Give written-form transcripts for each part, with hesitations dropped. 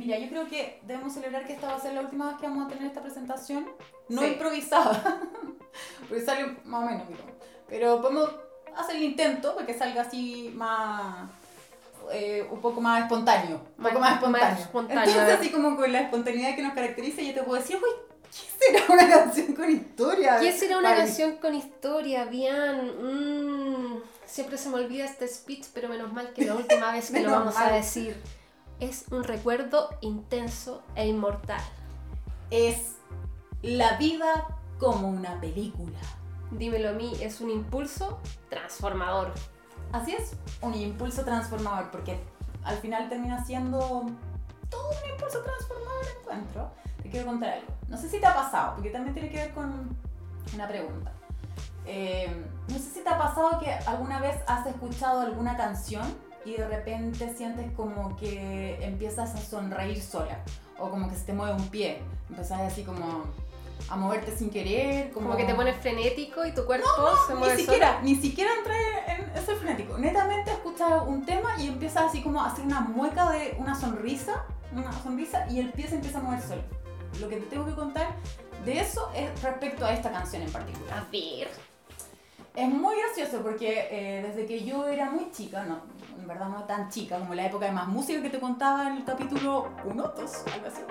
Mira, yo creo que debemos celebrar que esta va a ser la última vez que vamos a tener esta presentación. No Sí. improvisada, porque sale más o menos, digo. Pero podemos hacer el intento para que salga así más... un poco más espontáneo. Un poco más espontáneo. Entonces, así como con la espontaneidad que nos caracteriza, yo te puedo decir, uy, ¿qué será una canción con historia? ¿Qué será una canción con historia? Bien. Siempre se me olvida este speech, pero menos mal que la última vez que lo vamos a decir. Es un recuerdo intenso e inmortal. Es la vida como una película. Dímelo a mí, es un impulso transformador. Así es, un impulso transformador, porque al final termina siendo todo un impulso transformador, encuentro. Te quiero contar algo. No sé si te ha pasado, porque también tiene que ver con una pregunta. No sé si te ha pasado que alguna vez has escuchado alguna canción y de repente sientes como que empiezas a sonreír sola, o como que se te mueve un pie, empezás así como a moverte sin querer, como que te pones frenético y tu cuerpo se mueve ni siquiera entra en ese frenético. Netamente escuchas un tema y empiezas así como a hacer una mueca de una sonrisa y el pie se empieza a mover solo. Lo que te tengo que contar de eso es respecto a esta canción en particular. A ver. Es muy gracioso porque desde que yo era muy chica, no, en verdad no tan chica, como la época de Más Música que te contaba en el capítulo 1, 2, algo así.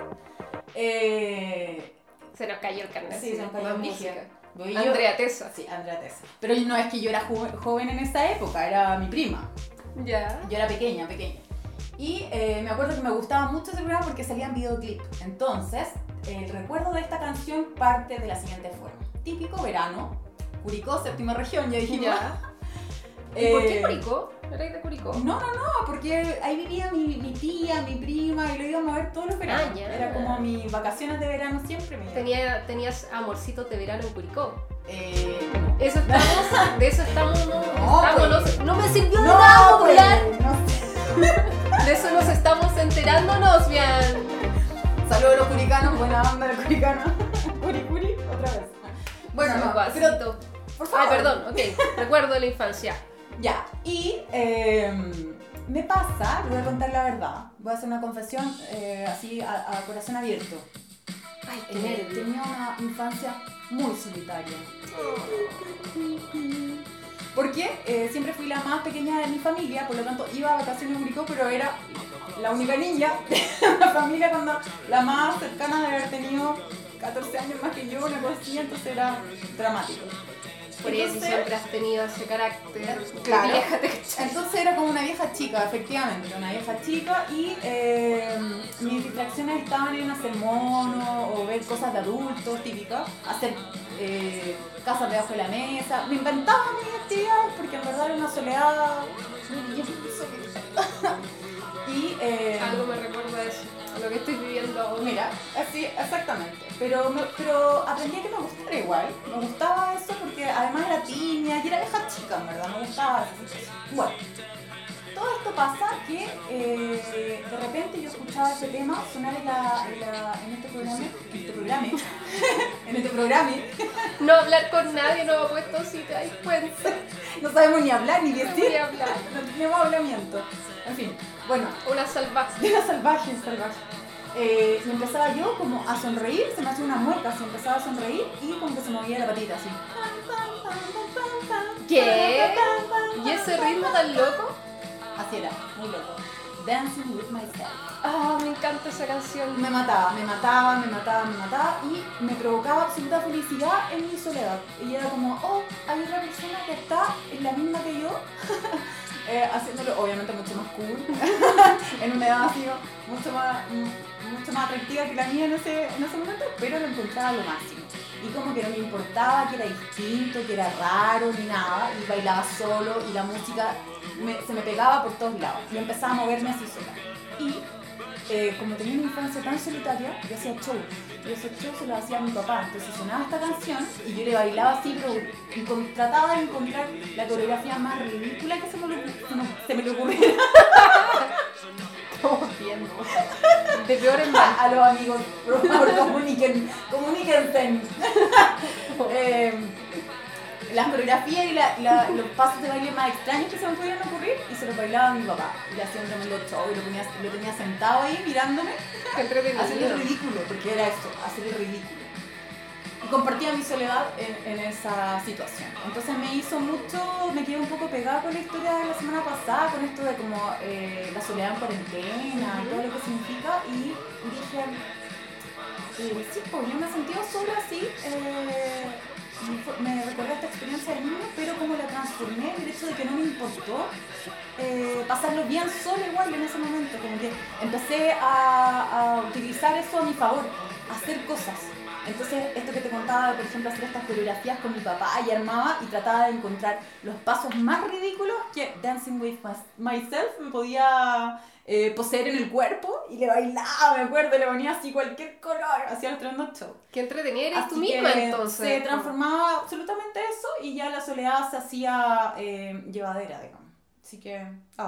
Se nos cayó el carnet. Sí, se nos cayó Más el música. Andrea Tesa. Sí, Andrea Tesa. Pero no es que yo era joven en esa época, era mi prima. Ya. Yo era pequeña. Y me acuerdo que me gustaba mucho ese programa porque salían videoclips. Entonces, el recuerdo de esta canción parte de la siguiente forma. Típico verano, Curicó, séptima región, ya dijimos. Ya. ¿Y por qué Curicó? ¿Eres de Curicó? No, porque ahí vivía mi tía, mi prima, y lo íbamos a ver todos los veranos. Era como mis vacaciones de verano siempre. ¿Tenías amorcitos de verano en Curicó? No. De eso estamos, no me sirvió de No, nada popular. No. De eso nos estamos enterándonos, bien. Saludos a los curicanos, buena onda de curicanos. Curi, otra vez. Bueno, no, pero, por favor. Ay, perdón, ok, recuerdo de la infancia. Ya, y me pasa, le voy a contar la verdad, voy a hacer una confesión así a corazón abierto. Ay, qué nervio. Tenía una infancia muy solitaria. Porque siempre fui la más pequeña de mi familia, por lo tanto iba a vacaciones a Curicó, pero era la única niña de la familia, cuando la más cercana de haber tenido 14 años más que yo, una cosa así, entonces era dramático. Por eso siempre has tenido ese carácter. Claro. Vieja, entonces era como una vieja chica, efectivamente, una vieja chica, y mis distracciones estaban en hacer mono o ver cosas de adultos típicas, hacer casas debajo de la mesa. Me inventaba mis actividades porque en verdad era una soledad muy solitaria. Y algo me recuerda a eso, a lo que estoy viviendo ahora. Mira, así, exactamente. Pero aprendí a que me gustara igual. Me gustaba eso porque además era tímida y era vieja chica, en verdad. Me gustaba eso. Bueno, todo esto pasa que de repente yo escuchaba ese tema sonar en este programa. No hablar con nadie, no me he puesto si te das cuenta. No sabemos ni hablar ni decir. No voy a hablar. No tenemos hablamiento. En fin, bueno. Una salvaje. Una salvaje. Y empezaba yo como a sonreír, se me hacía una mueca, así empezaba a sonreír y como que se movía la patita así. ¿Qué? ¿Y ese ritmo tan loco? Así era, muy loco. Dancing with myself. Ah, me encanta esa canción. Me mataba y me provocaba absoluta felicidad en mi soledad. Y era como, oh, hay otra persona que está en la misma que yo. Haciéndolo obviamente mucho más cool, en una edad así mucho más atractiva que la mía en ese momento, pero lo encontraba lo máximo. Y como que no me importaba que era distinto, que era raro ni nada, y bailaba solo y la música se me pegaba por todos lados. Y empezaba a moverme así sola. Y como tenía una infancia tan solitaria, yo hacía show. Y esos shows se los hacía a mi papá. Entonces sonaba esta canción y yo le bailaba así, pero trataba de encontrar la coreografía más ridícula que se me le ocurriera. Estamos viendo. De peor en mal. A los amigos, por favor, comuníquense. las coreografías y los pasos de baile más extraños que se me pudieran ocurrir y se los bailaba a mi papá. Y le hacía un tremendo show y lo tenía sentado ahí mirándome, haciendo el ridículo, porque era eso, hacer el ridículo. Y compartía mi soledad en esa situación. Entonces me quedé un poco pegada con la historia de la semana pasada, con esto de como la soledad en cuarentena y todo lo que significa. Y dije, sí, pues yo me he sentido sola así. Me recordé esta experiencia de niño, pero como la transformé, el hecho de que no me importó pasarlo bien sola igual en ese momento. Como que empecé a utilizar eso a mi favor, a hacer cosas. Entonces, esto que te contaba, por ejemplo, hacer estas coreografías con mi papá y armaba y trataba de encontrar los pasos más ridículos que Dancing with Myself me podía poseer en el cuerpo y le bailaba, me acuerdo, le ponía así cualquier color, hacía el tremendo show. Qué entretenida eres tú misma entonces. Se transformaba absolutamente eso y ya la soledad se hacía llevadera, digamos. Así que,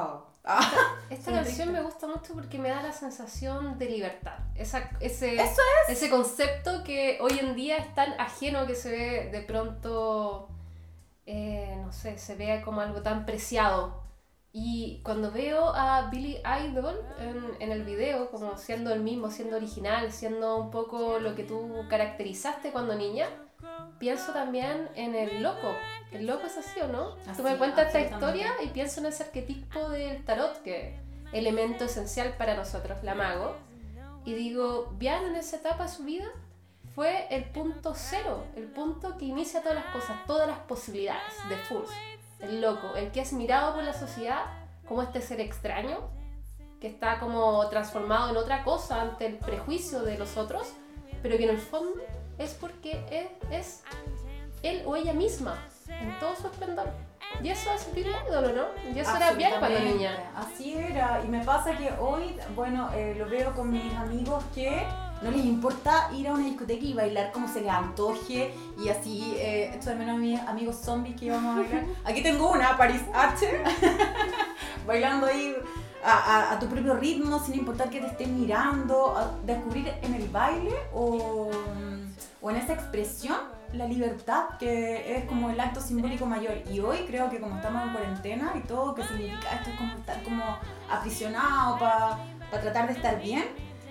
Esta canción me gusta mucho porque me da la sensación de libertad. Ese concepto que hoy en día es tan ajeno, que se ve de pronto, no sé, se ve como algo tan preciado. Y cuando veo a Billy Idol en el video, como siendo el mismo, siendo original, siendo un poco lo que tú caracterizaste cuando niña, pienso también en el loco. El loco es así, ¿o no? Tú me cuentas esta historia y pienso en ese arquetipo del tarot, que es elemento esencial para nosotros, la mago. Y digo, Bian en esa etapa de su vida fue el punto cero, el punto que inicia todas las cosas, todas las posibilidades de Fools. El loco, el que es mirado por la sociedad como este ser extraño, que está como transformado en otra cosa ante el prejuicio de los otros, pero que en el fondo es porque es él o ella misma, en todo su esplendor. Y eso es Billy Idol, ¿no? Y eso era bien cuando niña. Así era, y me pasa que hoy, bueno, lo veo con mis amigos que no les importa ir a una discoteca y bailar como se les antoje y así, esto de menos a mis amigos zombies que íbamos a bailar. Aquí tengo una, Paris H, bailando ahí a tu propio ritmo, sin importar que te estén mirando, a descubrir en el baile o en esa expresión la libertad, que es como el acto simbólico mayor. Y hoy creo que como estamos en cuarentena y todo, que significa esto es como estar como aprisionado para tratar de estar bien,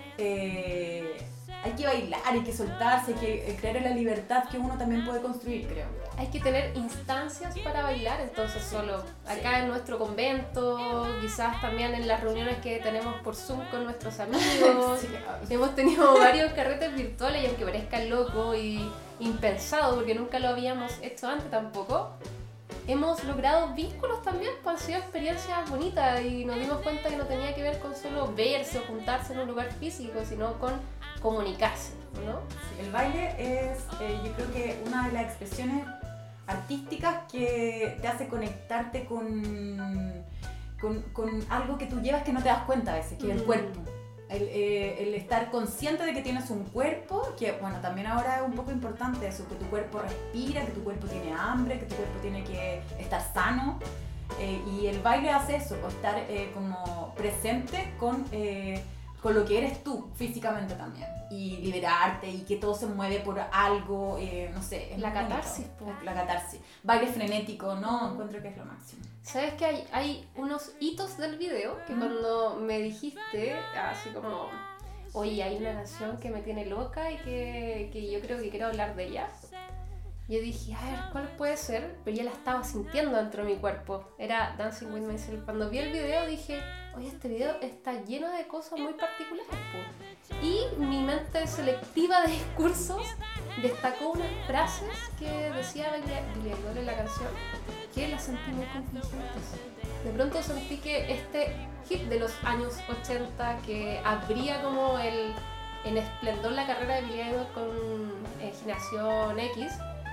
hay que bailar, hay que soltarse, hay que creer en la libertad que uno también puede construir, creo. Hay que tener instancias para bailar, entonces solo acá en nuestro convento, quizás también en las reuniones que tenemos por Zoom con nuestros amigos. Hemos tenido varios carretes virtuales y aunque parezca loco y impensado, porque nunca lo habíamos hecho antes tampoco, hemos logrado vínculos también, pues han sido experiencias bonitas y nos dimos cuenta que no tenía que ver con solo verse o juntarse en un lugar físico, sino con comunicarse, ¿no? Sí, el baile es, yo creo que una de las expresiones artísticas que te hace conectarte con algo que tú llevas que no te das cuenta a veces, que es el cuerpo. El estar consciente de que tienes un cuerpo, que bueno, también ahora es un poco importante eso, que tu cuerpo respira, que tu cuerpo tiene hambre, que tu cuerpo tiene que estar sano, y el baile hace eso, estar como presente con lo que eres tú físicamente también, y liberarte, y que todo se mueve por algo, no sé, es la catarsis, la catarsis. Baile frenético, ¿no? Encuentro que es lo máximo. ¿Sabes que hay unos hitos del video que cuando me dijiste, así como, oye, hay una canción que me tiene loca y que yo creo que quiero hablar de ella? Yo dije, a ver, ¿cuál puede ser? Pero ya la estaba sintiendo dentro de mi cuerpo. Era Dancing with Myself. Cuando vi el video dije, oye, este video está lleno de cosas muy particulares, po. Y mi mente selectiva de discursos destacó unas frases que decía Billy Idol en la canción, que las sentí muy contingentes. De pronto sentí que este hit de los años 80 que abría como en esplendor la carrera de Billy Idol con Generación X,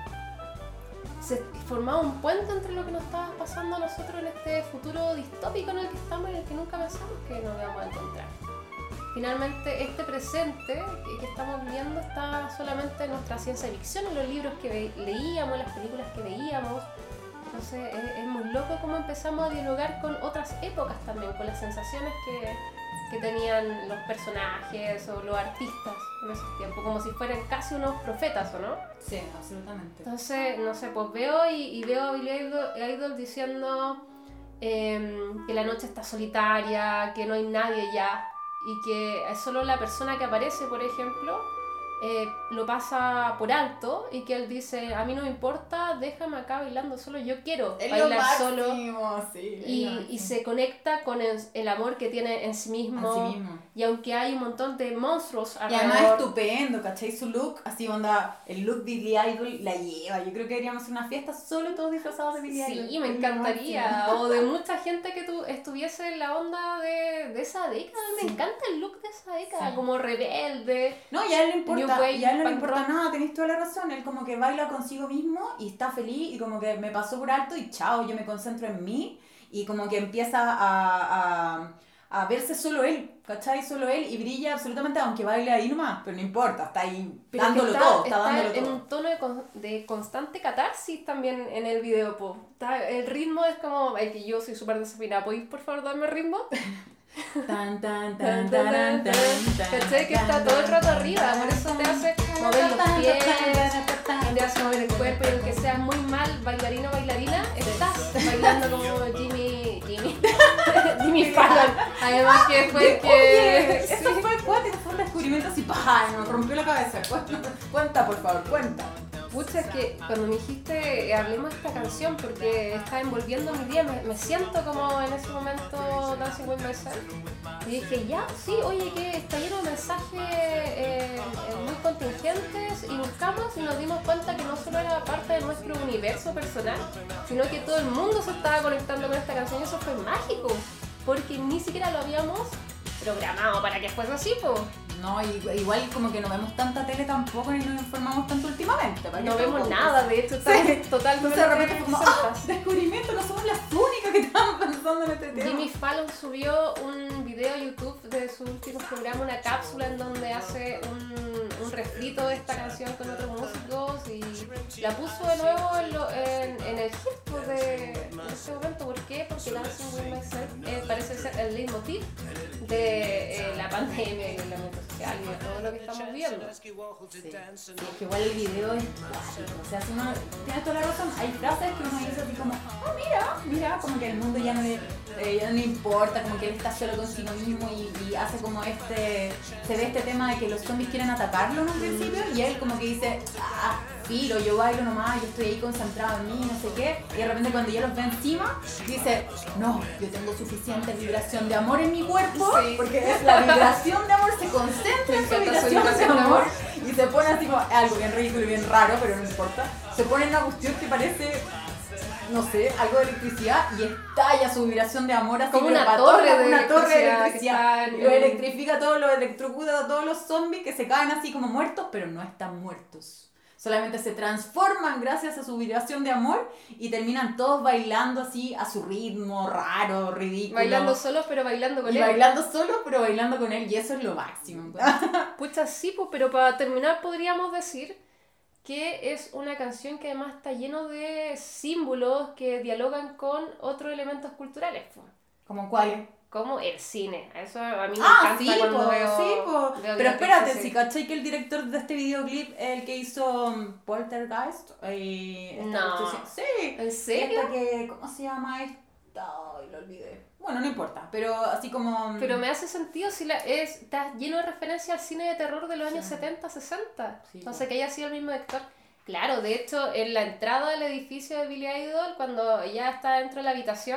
se formaba un puente entre lo que nos estaba pasando a nosotros en este futuro distópico en el que estamos y en el que nunca pensamos que nos íbamos a encontrar. Finalmente, este presente que estamos viviendo está solamente en nuestra ciencia ficción, en los libros que leíamos, en las películas que veíamos. Entonces, es muy loco cómo empezamos a dialogar con otras épocas también, con las sensaciones que tenían los personajes o los artistas en esos tiempos, como si fueran casi unos profetas, ¿o no? Sí, absolutamente. Entonces, no sé, pues veo y veo a Billy Idol diciendo que la noche está solitaria, que no hay nadie ya, y que es solo la persona que aparece, por ejemplo, lo pasa por alto, y que él dice, a mí no me importa, déjame acá bailando solo, yo quiero bailar solo, sí, y se conecta con el amor que tiene en sí mismo, y aunque hay un montón de monstruos alrededor. Y además estupendo, ¿cachai? Su look, así onda, el look Billy Idol la lleva. Yo creo que deberíamos hacer una fiesta solo todos disfrazados de Billy Idol. Sí, me encantaría. O de mucha gente que estuviese en la onda de esa década. Me encanta el look de esa década, como rebelde. No, ya a él no importa, Wave, ya a él no le punk importa rock. nada, tenés toda la razón. Él como que baila consigo mismo y está feliz y como que me pasó por alto y chao, yo me concentro en mí y como que empieza a verse solo él, ¿cachai? Solo él y brilla absolutamente, aunque baile ahí nomás, pero no importa, está ahí Pero dándolo que todo, está dándolo en todo. un tono de constante catarsis también en el video, po. El ritmo es como, ay, que yo soy súper desafinada, ¿podéis por favor darme ritmo? Tan, tan, tan, tan, tan, ¿Cachai? Que está todo el rato arriba, por eso te hace mover los pies, te hace mover el cuerpo, y aunque seas muy mal bailarino o bailarina, estás bailando como Jimmy Fallon. Además que fue que... Oye, eso fue cuático, fue un descubrimiento así, ¡pah! Me rompió la cabeza. Cuenta, por favor, cuenta. Pucha, es que cuando me dijiste hablemos de esta canción porque está envolviendo mi día, me siento como en ese momento Dancing with Myself, y dije ya, sí, oye, que está lleno de mensajes muy contingentes, y buscamos y nos dimos cuenta que no solo era parte de nuestro universo personal, sino que todo el mundo se estaba conectando con esta canción, y eso fue mágico, porque ni siquiera lo habíamos programado para que fuese así, po. No, igual como que no vemos tanta tele tampoco ni nos informamos tanto últimamente. No vemos nada, de hecho, estamos totalmente de repente fue como, exentas. Descubrimiento, no somos las únicas que estaban pensando en este tema. Jimmy Fallon subió un video a YouTube de su último programa, una cápsula en donde hace un refrito de esta canción con otros músicos, y la puso de nuevo en el hit de ese momento. ¿Por qué? Porque Dancing with Myself parece ser el leitmotiv de la pandemia y el lamento social y de todo lo que estamos viendo. Sí, es que igual el video es cuático, o sea, si uno tiene toda la razón, hay frases que uno dice así como, mira, como que el mundo ya no importa, como que él está solo consigo mismo y hace como se ve este tema de que los zombies quieren atacarlo en un principio, y él como que dice, filo, yo bailo nomás, yo estoy ahí concentrado en mí, no sé qué, y de repente cuando ya los ve encima, dice, no, yo tengo suficiente vibración de amor en mi cuerpo, porque es la vibración de amor, se concentra en su vibración de amor, y se pone así como, algo bien ridículo y bien raro, pero no importa, se pone en una cuestión que parece, no sé, algo de electricidad, y estalla su vibración de amor así como una torre de electricidad, lo electrifica todo, lo electrocuta a todos los zombies que se caen así como muertos, pero no están muertos. Solamente se transforman gracias a su vibración de amor y terminan todos bailando así a su ritmo, raro, ridículo. Bailando solos, pero bailando con él. Bailando solos, pero bailando con él, y eso es lo máximo. Pucha, sí, pues, pero para terminar podríamos decir que es una canción que además está lleno de símbolos que dialogan con otros elementos culturales. Pues. ¿Como cuáles? Como el cine. Eso a mí me encanta sí, cuando veo... veo. Pero espérate, si cachai que el director de este videoclip es el que hizo Poltergeist. No. Sí. ¿En serio? ¿Cómo se llama esta? Ay, lo olvidé. Bueno, no importa, pero así como... Pero me hace sentido si está lleno de referencia al cine de terror de los años 70, 60. Sí, Entonces que haya sido el mismo director. Claro, de hecho, en la entrada del edificio de Billy Idol, cuando ya está dentro de la habitación,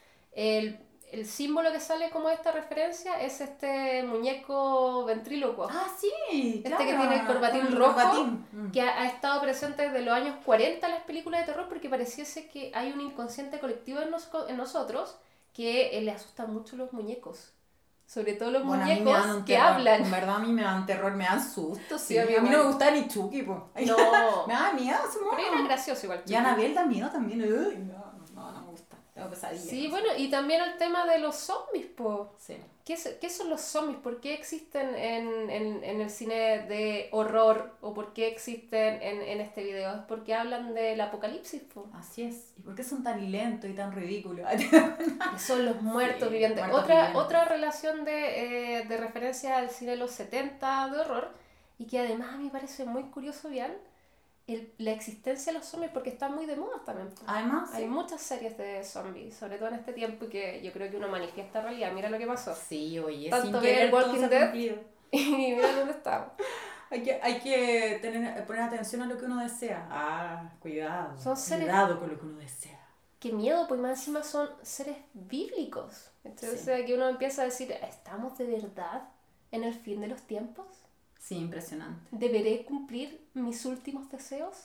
el símbolo que sale como esta referencia es este muñeco ventrílocuo. Sí, claro. Que tiene el corbatín rojo, que ha estado presente desde los años 40 en las películas de terror, porque pareciese que hay un inconsciente colectivo en nosotros que le asustan mucho los muñecos. Sobre todo los muñecos que hablan. En verdad a mí me dan terror, me dan susto. Sí, a mí no me gustaba ni Chucky, po. No. Me da miedo, pero era gracioso igual. Y Annabelle da miedo también. No me gusta. tengo pesadillas. Sí, bueno, y también el tema de los zombies, po. Sí. ¿Qué son los zombies? ¿Por qué existen en el cine de horror? ¿O por qué existen en este video? Es porque hablan del apocalipsis, po. Así es. ¿Y por qué son tan lentos y tan ridículos? Que son los muertos vivientes. Vivientes. Otra relación de referencia al cine de los 70 de horror, y que además a mí me parece muy curioso, bien, la existencia de los zombies, porque están muy de moda también. Además, hay muchas series de zombies, sobre todo en este tiempo, y que yo creo que uno manifiesta realidad. Mira lo que pasó. Sí, oye, tanto sin ver querer Walking todo se ha Dead cumplido. y mira dónde estamos. Hay que poner atención a lo que uno desea. Cuidado. Son seres... Cuidado con lo que uno desea. Qué miedo, pues más encima son seres bíblicos. Entonces aquí uno empieza a decir, ¿estamos de verdad en el fin de los tiempos? Sí, impresionante. ¿Deberé cumplir mis últimos deseos?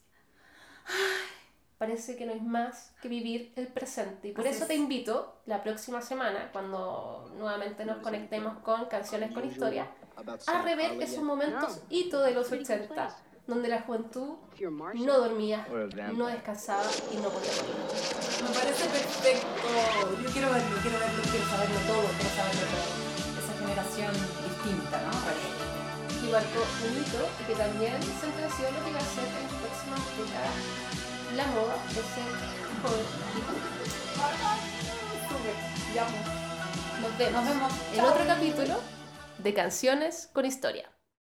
Parece que no hay más que vivir el presente. Y por eso te invito la próxima semana, cuando nuevamente nos conectemos con Canciones con Historia, a rever esos momentos hito de los 80, donde la juventud no dormía, no descansaba y no podía dormir. Me parece perfecto. Yo quiero verlo, quiero saberlo todo. Esa generación distinta, ¿no? Y marcó un hito y que también sentenció lo que va a ser en las próximas décadas la moda de ser joven y cool. Nos vemos en otro capítulo de Canciones con Historia.